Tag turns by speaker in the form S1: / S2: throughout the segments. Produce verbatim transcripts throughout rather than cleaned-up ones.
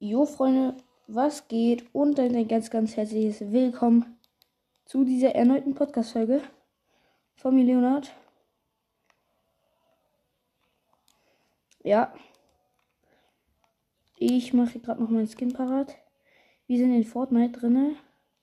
S1: Jo, Freunde, was geht? Und ein ganz, ganz herzliches Willkommen zu dieser erneuten Podcast-Folge von mir, Leonard. Ja, ich mache gerade noch meinen Skin parat. Wir sind in Fortnite drinne.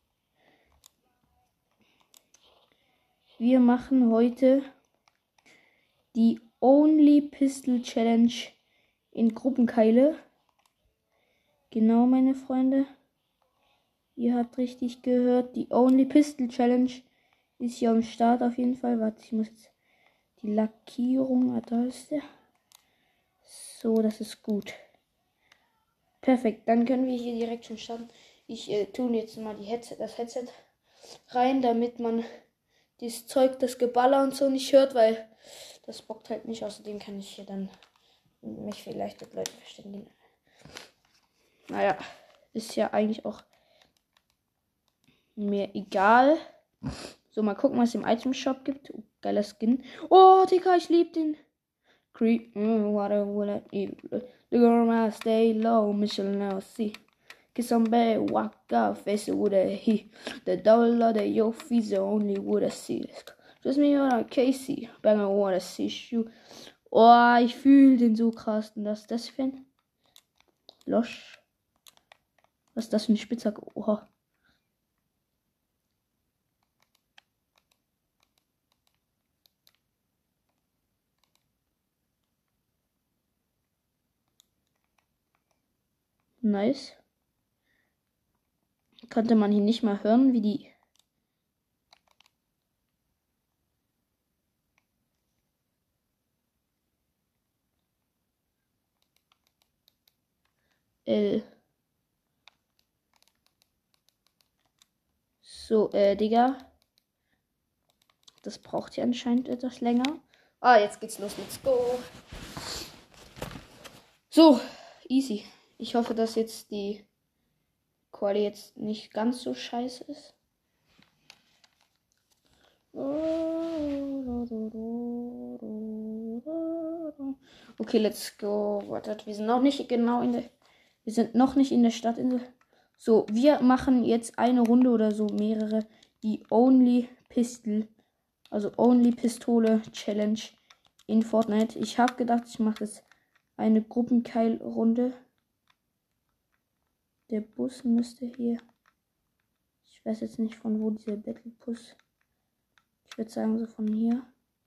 S1: Wir machen heute die Only Pistol Challenge in Gruppenkeile. Genau, meine Freunde. Ihr habt richtig gehört. Die Only Pistol Challenge ist hier am Start auf jeden Fall. Warte, ich muss jetzt die Lackierung. Ah, da ist der. So, das ist gut. Perfekt, dann können wir hier direkt schon starten. Ich äh, tue jetzt mal die Headset, das Headset rein, damit man das Zeug, das Geballer und so nicht hört, weil das bockt halt nicht. Außerdem kann ich hier dann mich vielleicht mit Leuten verständigen. Naja, ist ja eigentlich auch mir egal. So, mal gucken, was es im Item Shop gibt. Oh, geiler Skin. Oh, Digga, ich lieb den. Creep, mm, what I will I The girl might stay low, Michelle now see. Kiss on bed, walk out, face it with a he. The double of the yo fees the only would I see. Just me on Casey, bang I wanna see you. Oh, ich fühle den so krass. Und was ist das für ein Losch? Was ist das für eine Spitzhacke? Oha. Nice. Konnte man hier nicht mal hören, wie die. L. So, äh, Digga. Das braucht hier anscheinend etwas länger. Ah, jetzt geht's los. Let's go. So, easy. Ich hoffe, dass jetzt die Quali jetzt nicht ganz so scheiße ist. Okay, let's go. Wartet, wir sind noch nicht genau in der. Wir sind noch nicht in der Stadtinsel. So, wir machen jetzt eine Runde oder so mehrere. Die Only Pistol, also Only Pistole Challenge in Fortnite. Ich habe gedacht, ich mache jetzt eine Gruppenkeil-Runde. Der Bus müsste hier. Ich weiß jetzt nicht, von wo dieser Battle Bus. Ich würde sagen, so von hier.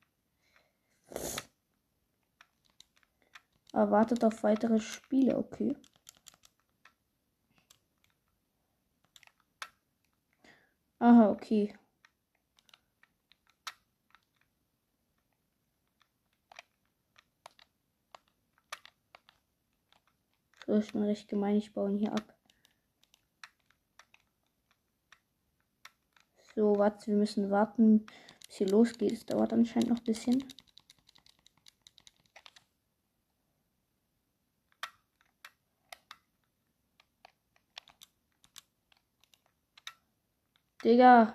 S1: Erwartet auf weitere Spiele, okay. Aha, okay. Das ist mir recht gemein, ich baue ihn hier ab. So, warte, wir müssen warten, bis hier losgeht. Es dauert anscheinend noch ein bisschen. Digga.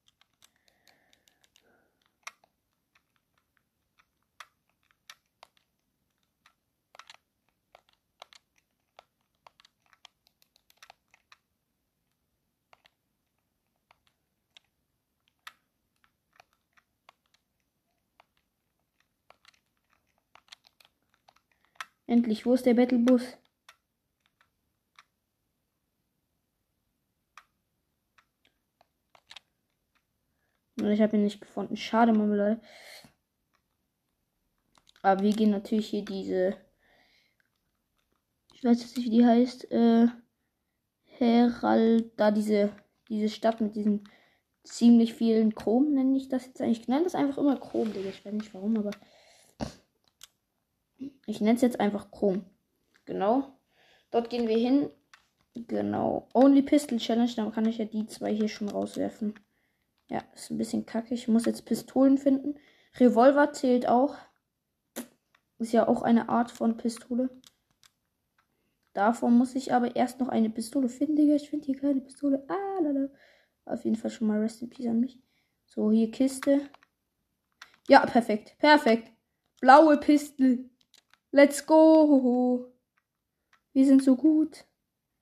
S1: Endlich, wo ist der Battlebus? Ich habe ihn nicht gefunden. Schade, meine Leute. Aber wir gehen natürlich hier diese. Ich weiß jetzt nicht, wie die heißt. Äh. Herald. Da diese. Diese Stadt mit diesen ziemlich vielen Chrom, nenne ich das jetzt eigentlich. Ich nenne das einfach immer Chrom, Digga. Ich weiß nicht warum, aber. Ich nenne es jetzt einfach Chrom. Genau. Dort gehen wir hin. Genau. Only Pistol Challenge. Dann kann ich ja die zwei hier schon rauswerfen. Ja, ist ein bisschen kacke. Ich muss jetzt Pistolen finden. Revolver zählt auch. Ist ja auch eine Art von Pistole. Davon muss ich aber erst noch eine Pistole finden, Digga. Ich finde hier keine Pistole. Ah, lala. Auf jeden Fall schon mal Rest in Peace an mich. So, hier Kiste. Ja, perfekt. Perfekt. Blaue Pistole. Let's go. Wir sind so gut.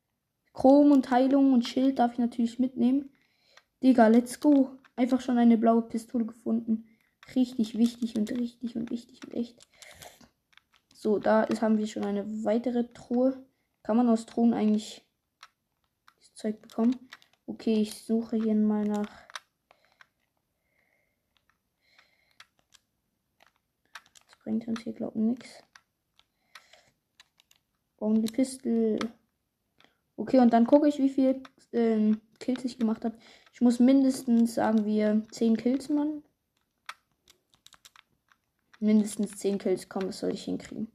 S1: Chrom und Heilung und Schild darf ich natürlich mitnehmen. Digga, let's go. Einfach schon eine blaue Pistole gefunden. Richtig wichtig und richtig und wichtig und echt. So, da ist, haben wir schon eine weitere Truhe. Kann man aus Truhen eigentlich das Zeug bekommen? Okay, ich suche hier mal nach. Das bringt uns hier, glaube ich, nichts. Brauchen die Pistole. Okay, und dann gucke ich, wie viel ähm, Kills ich gemacht habe. Ich muss mindestens, sagen wir, zehn Kills machen. Mindestens zehn Kills kommen, das soll ich hinkriegen.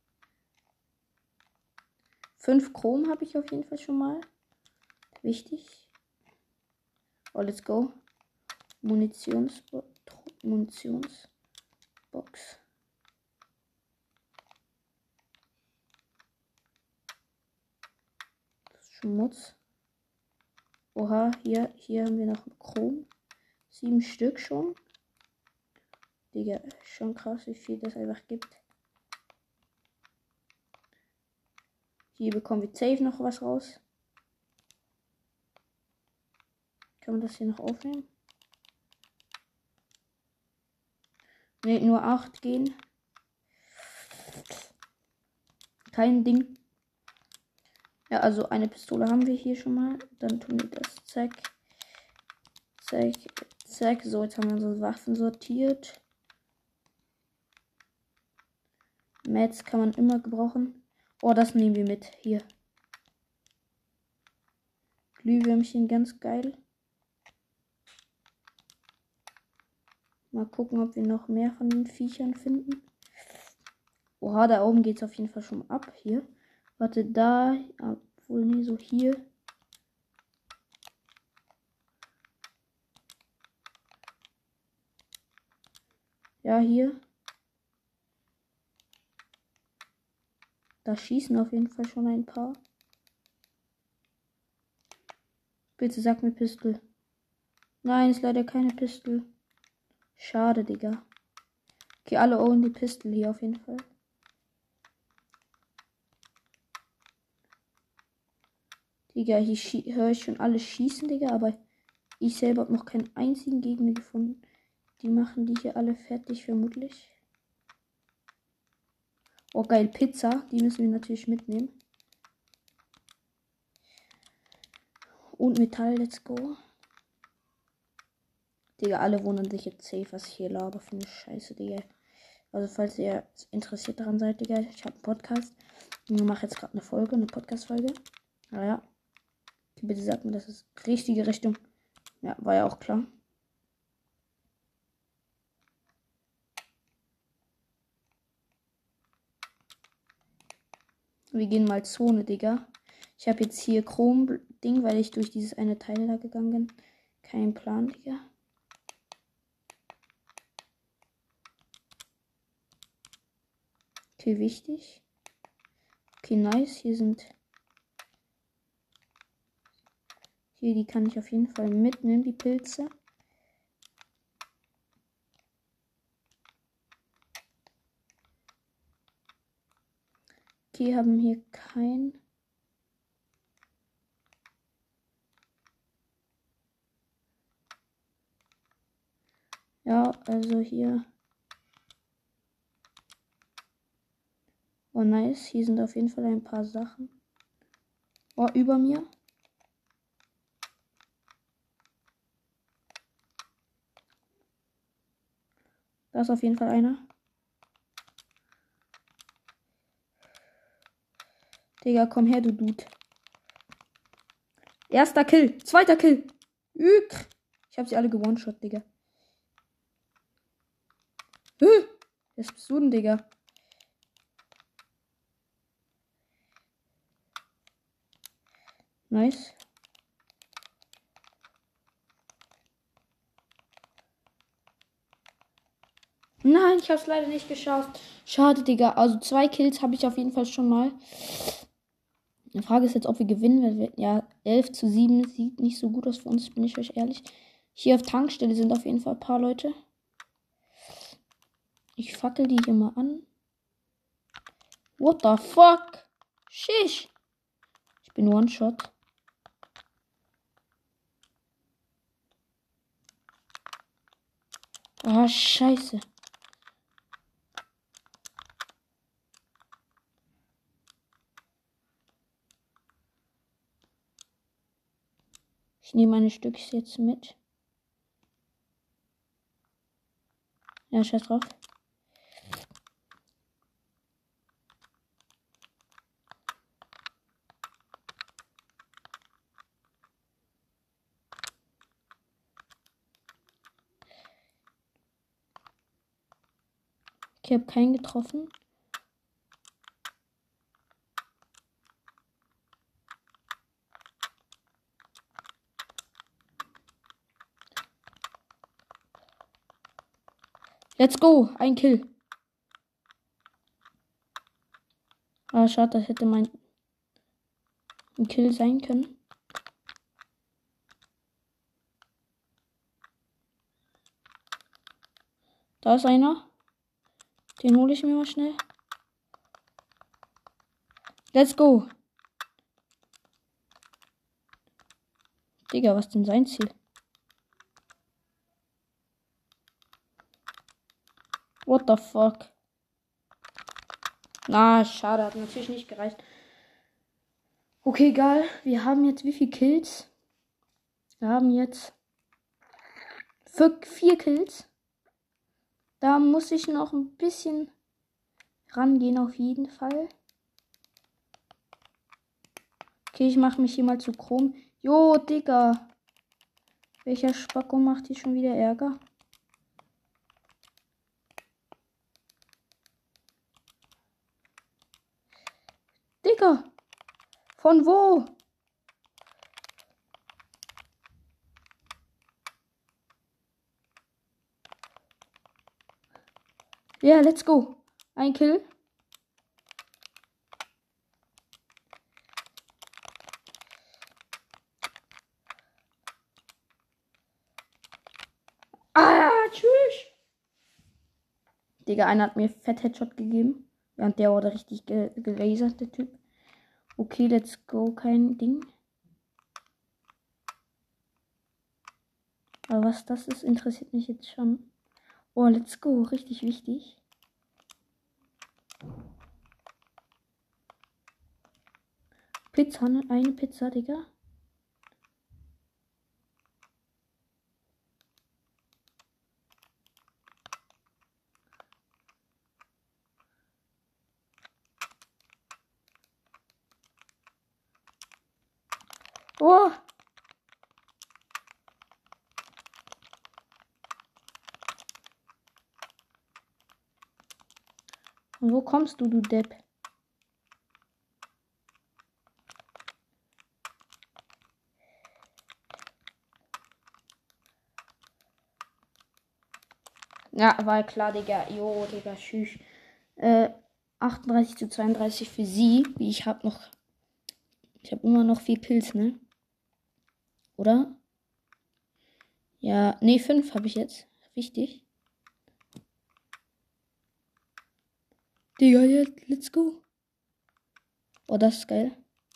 S1: fünf Chrom habe ich auf jeden Fall schon mal. Wichtig. Oh, let's go. Munitionsbo Munitionsbox. Schmutz. Oha, hier, hier haben wir noch Chrom. Sieben Stück schon. Digga, schon krass, wie viel das einfach gibt. Hier bekommen wir safe noch was raus. Kann man das hier noch aufnehmen? Ne, nur acht gehen. Kein Ding. Ja, also eine Pistole haben wir hier schon mal. Dann tun wir das. Zack. Zack. Zack. So, jetzt haben wir unsere Waffen sortiert. Mats kann man immer gebrauchen. Oh, das nehmen wir mit. Hier. Glühwürmchen, ganz geil. Mal gucken, ob wir noch mehr von den Viechern finden. Oha, da oben geht es auf jeden Fall schon ab. Hier. Warte, da. Obwohl, nee, so hier. Ja, hier. Da schießen auf jeden Fall schon ein paar. Bitte sag mir Pistol. Nein, ist leider keine Pistol. Schade, Digga. Okay, alle own die Pistol hier auf jeden Fall. Digga, hier höre ich schon alle schießen, Digga, aber ich selber habe noch keinen einzigen Gegner gefunden. Die machen die hier alle fertig, vermutlich. Oh, geil, Pizza. Die müssen wir natürlich mitnehmen. Und Metall, let's go. Digga, alle wundern sich jetzt safe, was ich hier laber für eine Scheiße, Digga. Also, falls ihr interessiert daran seid, Digga, ich habe einen Podcast. Ich mache jetzt gerade eine Folge, eine Podcast-Folge. Naja. Okay, bitte sagt mir, das ist richtige Richtung. Ja, war ja auch klar. Wir gehen mal Zone, Digga. Ich habe jetzt hier Chrom-Ding, weil ich durch dieses eine Teil da gegangen bin. Kein Plan, Digga. Okay, wichtig. Okay, nice. Hier sind... Hier, die kann ich auf jeden Fall mitnehmen, die Pilze. Okay, haben hier kein... Ja, also hier... Oh, nice. Hier sind auf jeden Fall ein paar Sachen. Oh, über mir. Da ist auf jeden Fall einer. Digga, komm her, du Dude. Erster Kill. Zweiter Kill. Ück. Ich hab sie alle gewone-shot, Digga. Wer bist du denn, Digga? Nice. Nein, ich hab's leider nicht geschafft. Schade, Digga. Also zwei Kills habe ich auf jeden Fall schon mal. Die Frage ist jetzt, ob wir gewinnen. Weil wir, ja, elf zu sieben sieht nicht so gut aus für uns, bin ich euch ehrlich. Hier auf Tankstelle sind auf jeden Fall ein paar Leute. Ich fackel die hier mal an. What the fuck? Shish. Ich bin One-Shot. Ah, scheiße. Ich nehme meine Stückchen jetzt mit. Ja, scheiß drauf. Ich habe keinen getroffen. Let's go. Ein Kill. Ah, schade, das hätte mein ein Kill sein können. Da ist einer. Den hole ich mir mal schnell. Let's go. Digga, was ist denn sein Ziel? What the fuck? Na, schade, hat natürlich nicht gereicht. Okay, egal. Wir haben jetzt wie viele Kills? Wir haben jetzt vier, vier Kills. Da muss ich noch ein bisschen rangehen auf jeden Fall. Okay, ich mache mich hier mal zu Chrom. Jo, Digga. Welcher Spacko macht hier schon wieder Ärger? Digga. Von wo? Ja, yeah, let's go. Ein Kill. Ah, tschüss. Digga, einer hat mir Fett Headshot gegeben. Während der wurde richtig ge gelasert, der Typ. Okay, let's go. Kein Ding. Aber was das ist, interessiert mich jetzt schon. Oh, let's go. Richtig wichtig. Pizza, ne? Eine Pizza, Digga. Oh! Und wo kommst du, du Depp? Ja, war klar, Digga. Jo, Digga, tschüss. Äh, achtunddreißig zu zweiunddreißig für sie. Wie ich hab noch. Ich habe immer noch vier Kills, ne? Oder? Ja, nee, fünf habe ich jetzt. Wichtig. Digga, jetzt, let's go. Oh, das ist geil.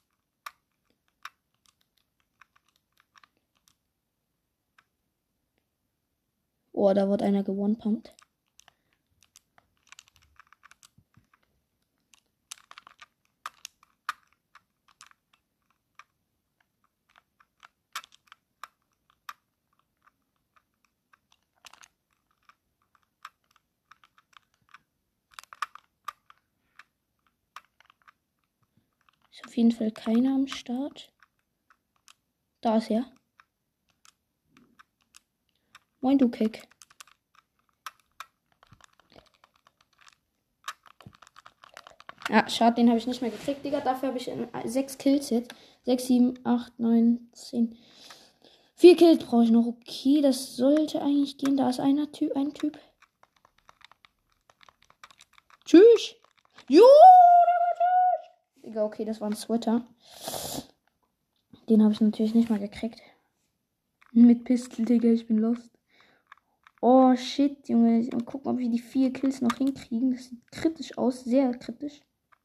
S1: Oh, da wird einer gewonpumpt. Ist auf jeden Fall keiner am Start. Da ist er. Moin, du Kick. Ja, schade, den habe ich nicht mehr gekriegt, Digga. Dafür habe ich sechs Kills jetzt. sechs, sieben, acht, neun, zehn. vier Kills brauche ich noch. Okay, das sollte eigentlich gehen. Da ist einer Typ, ein Typ. Tschüss. Jo, Digga, okay, das war ein Sweater. Den habe ich natürlich nicht mal gekriegt. Mit Pistol, Digga, ich bin lost. Oh, shit, Junge. Mal gucken, ob wir die vier Kills noch hinkriegen. Das sieht kritisch aus, sehr kritisch.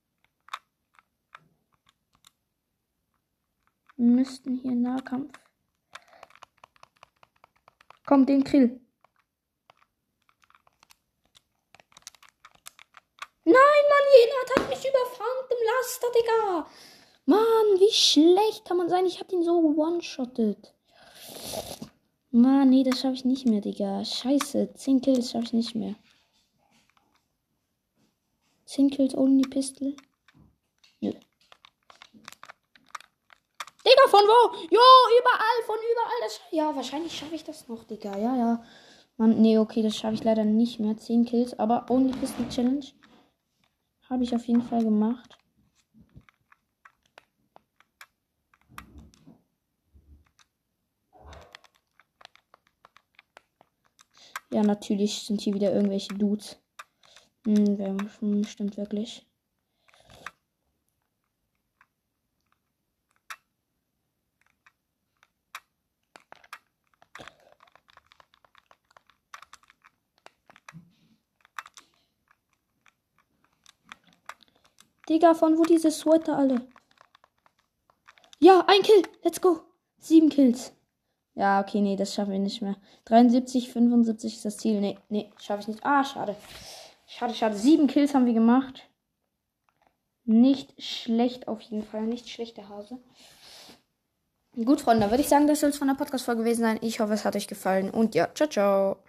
S1: Wir müssten hier Nahkampf. Komm, den Kill. Nein, Mann, Jenat hat mich überfahren mit dem Laster, Digga. Mann, wie schlecht kann man sein? Ich hab ihn so one-shottet. Mann, nee, das schaffe ich nicht mehr, Digga. Scheiße, zehn Kills schaffe ich nicht mehr. zehn Kills ohne die Pistole? Nö. Digga, von wo? Jo, überall, von überall. Das ja, wahrscheinlich schaffe ich das noch, Digga. Ja, ja. Mann, nee, okay, das schaffe ich leider nicht mehr. zehn Kills, aber Only Pistol Challenge habe ich auf jeden Fall gemacht. Ja, natürlich sind hier wieder irgendwelche Dudes. Hm, stimmt wirklich. Digga, von wo diese Sweater alle? Ja, ein Kill. Let's go. Sieben Kills. Ja, okay, nee, das schaffen wir nicht mehr. dreiundsiebzig, fünfundsiebzig ist das Ziel. Nee, nee, schaffe ich nicht. Ah, schade. Schade, schade. Sieben Kills haben wir gemacht. Nicht schlecht auf jeden Fall. Nicht schlecht, der Hase. Gut, Freunde, dann würde ich sagen, das soll es von der Podcast-Folge gewesen sein. Ich hoffe, es hat euch gefallen. Und ja, ciao, ciao.